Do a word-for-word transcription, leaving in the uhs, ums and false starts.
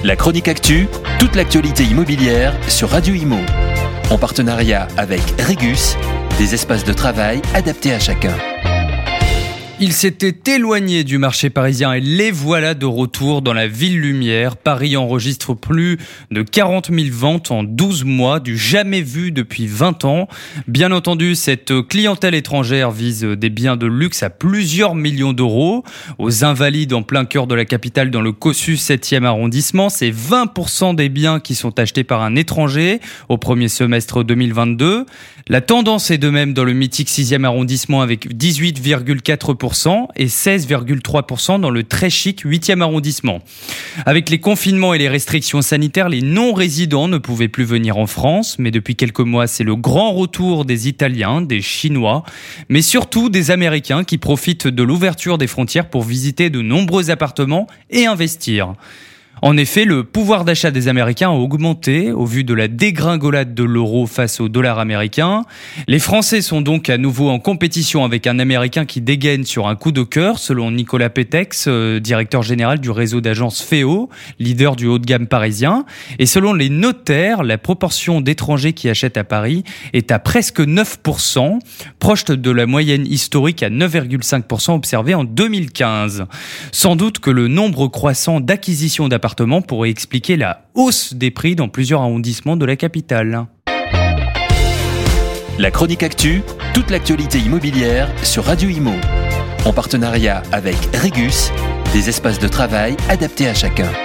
La chronique actu, toute l'actualité immobilière sur Radio Imo. En partenariat avec Regus, des espaces de travail adaptés à chacun. Ils s'étaient éloignés du marché parisien et les voilà de retour dans la ville lumière. Paris enregistre plus de quarante mille ventes en douze mois, du jamais vu depuis vingt ans. Bien entendu, cette clientèle étrangère vise des biens de luxe à plusieurs millions d'euros. Aux Invalides, en plein cœur de la capitale, dans le Cossus septième arrondissement, c'est vingt pour cent des biens qui sont achetés par un étranger au premier semestre deux mille vingt-deux. La tendance est de même dans le mythique sixième arrondissement avec dix-huit virgule quatre pour cent et seize virgule trois pour cent dans le très chic huitième arrondissement. Avec les confinements et les restrictions sanitaires, les non-résidents ne pouvaient plus venir en France, mais depuis quelques mois, c'est le grand retour des Italiens, des Chinois, mais surtout des Américains qui profitent de l'ouverture des frontières pour visiter de nombreux appartements et investir. En effet, le pouvoir d'achat des Américains a augmenté au vu de la dégringolade de l'euro face au dollar américain. Les Français sont donc à nouveau en compétition avec un Américain qui dégaine sur un coup de cœur, selon Nicolas Pétex, euh, directeur général du réseau d'agences Féo, leader du haut de gamme parisien. Et selon les notaires, la proportion d'étrangers qui achètent à Paris est à presque neuf pour cent, proche de la moyenne historique à neuf virgule cinq pour cent observée en deux mille quinze. Sans doute que le nombre croissant d'acquisitions d'appartements pourrait expliquer la hausse des prix dans plusieurs arrondissements de la capitale. La chronique actu, toute l'actualité immobilière sur Radio Imo. En partenariat avec Regus, des espaces de travail adaptés à chacun.